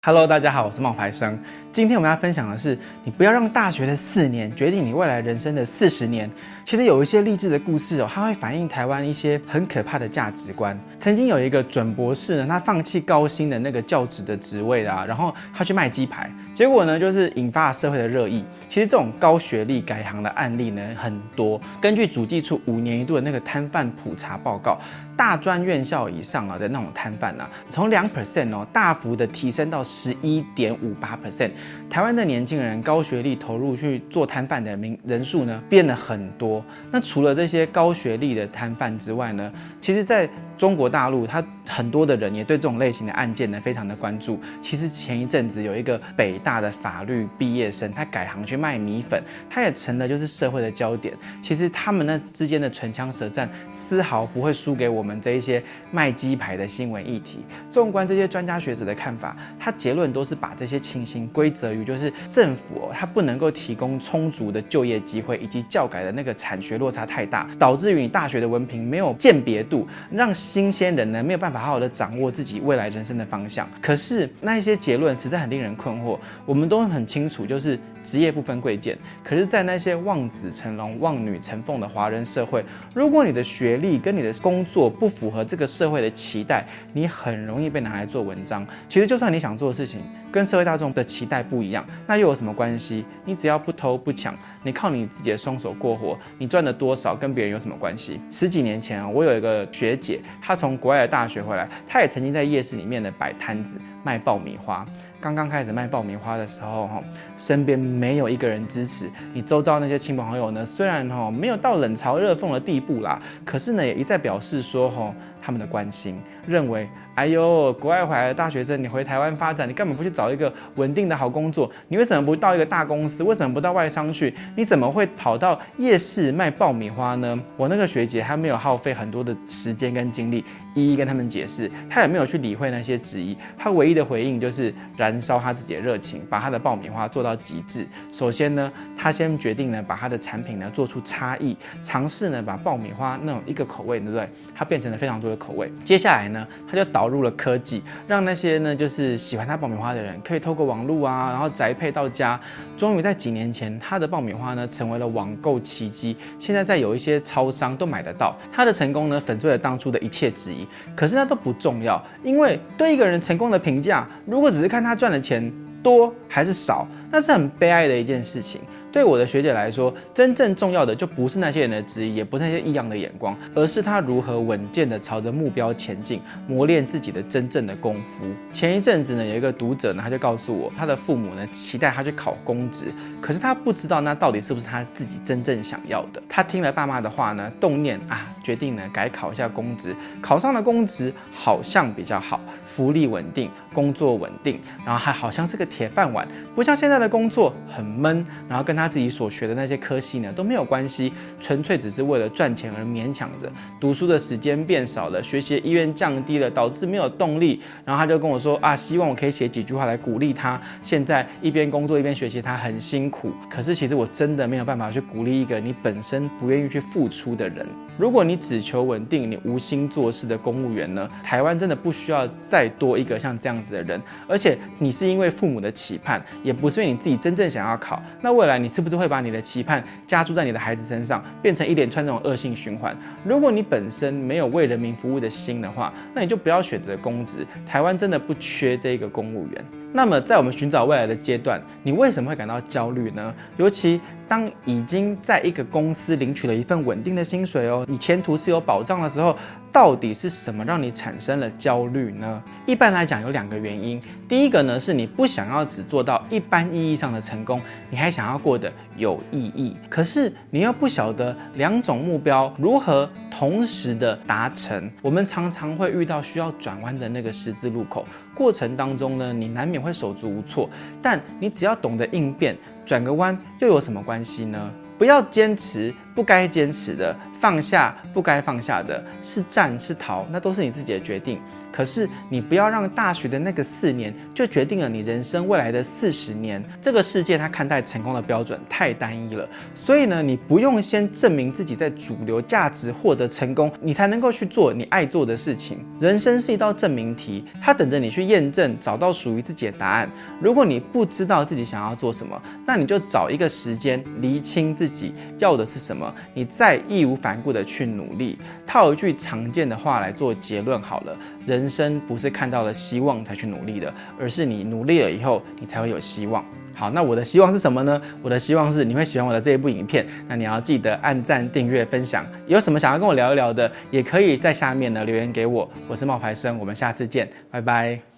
Hello， 大家好，我是冒牌生。今天我们要分享的是，你不要让大学的4年决定你未来人生的40年。其实有一些励志的故事它会反映台湾一些很可怕的价值观。曾经有一个准博士呢，他放弃高薪的那个教职的职位啦，然后他去卖鸡排，结果呢就是引发了社会的热议。其实这种高学历改行的案例呢很多。根据主计处5年一度的那个摊贩普查报告，大专院校以上的那种摊贩从2% 大幅的提升到11.58%。台湾的年轻人高学历投入去做摊贩的人数呢变了很多。那除了这些高学历的摊贩之外呢，其实在中国大陆，他很多的人也对这种类型的案件呢非常的关注。其实前一阵子有一个北大的法律毕业生，他改行去卖米粉，他也成了就是社会的焦点。其实他们那之间的唇枪舌战，丝毫不会输给我们这一些卖鸡排的新闻议题。纵观这些专家学者的看法，他结论都是把这些情形归责于就是政府他不能够提供充足的就业机会，以及教改的那个产学落差太大，导致于你大学的文凭没有鉴别度，让新鲜人呢没有办法好好的掌握自己未来人生的方向。可是那一些结论实在很令人困惑。我们都很清楚，就是职业不分贵贱。可是，在那些望子成龙、望女成凤的华人社会，如果你的学历跟你的工作不符合这个社会的期待，你很容易被拿来做文章。其实，就算你想做的事情跟社会大众的期待不一样，那又有什么关系？你只要不偷不抢，你靠你自己的双手过活，你赚的多少跟别人有什么关系？10几年前我有一个学姐，她从国外的大学回来，她也曾经在夜市里面的摆摊子卖爆米花。刚刚开始卖爆米花的时候，身边没有一个人支持你，周遭那些亲朋好友呢，虽然没有到冷嘲热讽的地步啦，可是呢也一再表示说他们的关心，认为哎呦，国外回来的大学生，你回台湾发展，你根本不去找一个稳定的好工作，你为什么不到一个大公司？为什么不到外商去？你怎么会跑到夜市卖爆米花呢？我那个学姐她没有耗费很多的时间跟精力一一跟他们解释，她也没有去理会那些质疑，她唯一的回应就是燃烧她自己的热情，把她的爆米花做到极致。首先呢，她先决定呢把她的产品呢做出差异，尝试呢把爆米花那种一个口味，对不对？它变成了非常多的口味。接下来呢，她就导入了科技，让那些呢就是喜欢她爆米花的人可以透过网络然后宅配到家。终于在几年前，她的爆米花呢成为了网购奇迹，现在在有一些超商都买得到。她的成功呢粉碎了当初的一切质疑。可是那都不重要，因为对一个人成功的评价，如果只是看他赚的钱多还是少，那是很悲哀的一件事情。对我的学姐来说，真正重要的就不是那些人的质疑，也不是那些异样的眼光，而是她如何稳健的朝着目标前进，磨练自己的真正的功夫。前一阵子呢，有一个读者呢，他就告诉我，他的父母呢期待他去考公职，可是他不知道那到底是不是他自己真正想要的。他听了爸妈的话呢，动念决定呢改考一下公职。考上了公职好像比较好，福利稳定，工作稳定，然后还好像是个铁饭碗，不像现在的工作很闷，然后跟他自己所学的那些科系呢都没有关系，纯粹只是为了赚钱而勉强着。读书的时间变少了，学习的意愿降低了，导致没有动力。然后他就跟我说希望我可以写几句话来鼓励他。现在一边工作一边学习，他很辛苦。可是其实我真的没有办法去鼓励一个你本身不愿意去付出的人。如果你只求稳定，你无心做事的公务员呢，台湾真的不需要再多一个像这样子的人。而且你是因为父母的期盼，也不是因为你自己真正想要考，那未来你是不是会把你的期盼加注在你的孩子身上，变成一连串这种恶性循环？如果你本身没有为人民服务的心的话，那你就不要选择公职。台湾真的不缺这个公务员。那么在我们寻找未来的阶段，你为什么会感到焦虑呢？尤其当已经在一个公司领取了一份稳定的薪水你前途是有保障的时候，到底是什么让你产生了焦虑呢？一般来讲有2个原因。第一个呢，是你不想要只做到一般意义上的成功，你还想要过得有意义。可是你又不晓得2种目标如何同时的达成。我们常常会遇到需要转弯的那个十字路口，过程当中呢，你难免会手足无措，但你只要懂得应变，转个弯又有什么关系呢？不要坚持不该坚持的，放下不该放下的，是战是逃，那都是你自己的决定。可是你不要让大学的那个4年就决定了你人生未来的40年。这个世界它看待成功的标准太单一了，所以呢，你不用先证明自己在主流价值获得成功，你才能够去做你爱做的事情。人生是一道证明题，它等着你去验证，找到属于自己的答案。如果你不知道自己想要做什么，那你就找一个时间厘清自己要的是什么，你再义无反顾的去努力。套一句常见的话来做结论好了，人生不是看到了希望才去努力的，而是你努力了以后，你才会有希望。好，那我的希望是什么呢？我的希望是你会喜欢我的这一部影片，那你要记得按赞、订阅、分享。有什么想要跟我聊一聊的，也可以在下面呢留言给我。我是冒牌生，我们下次见，拜拜。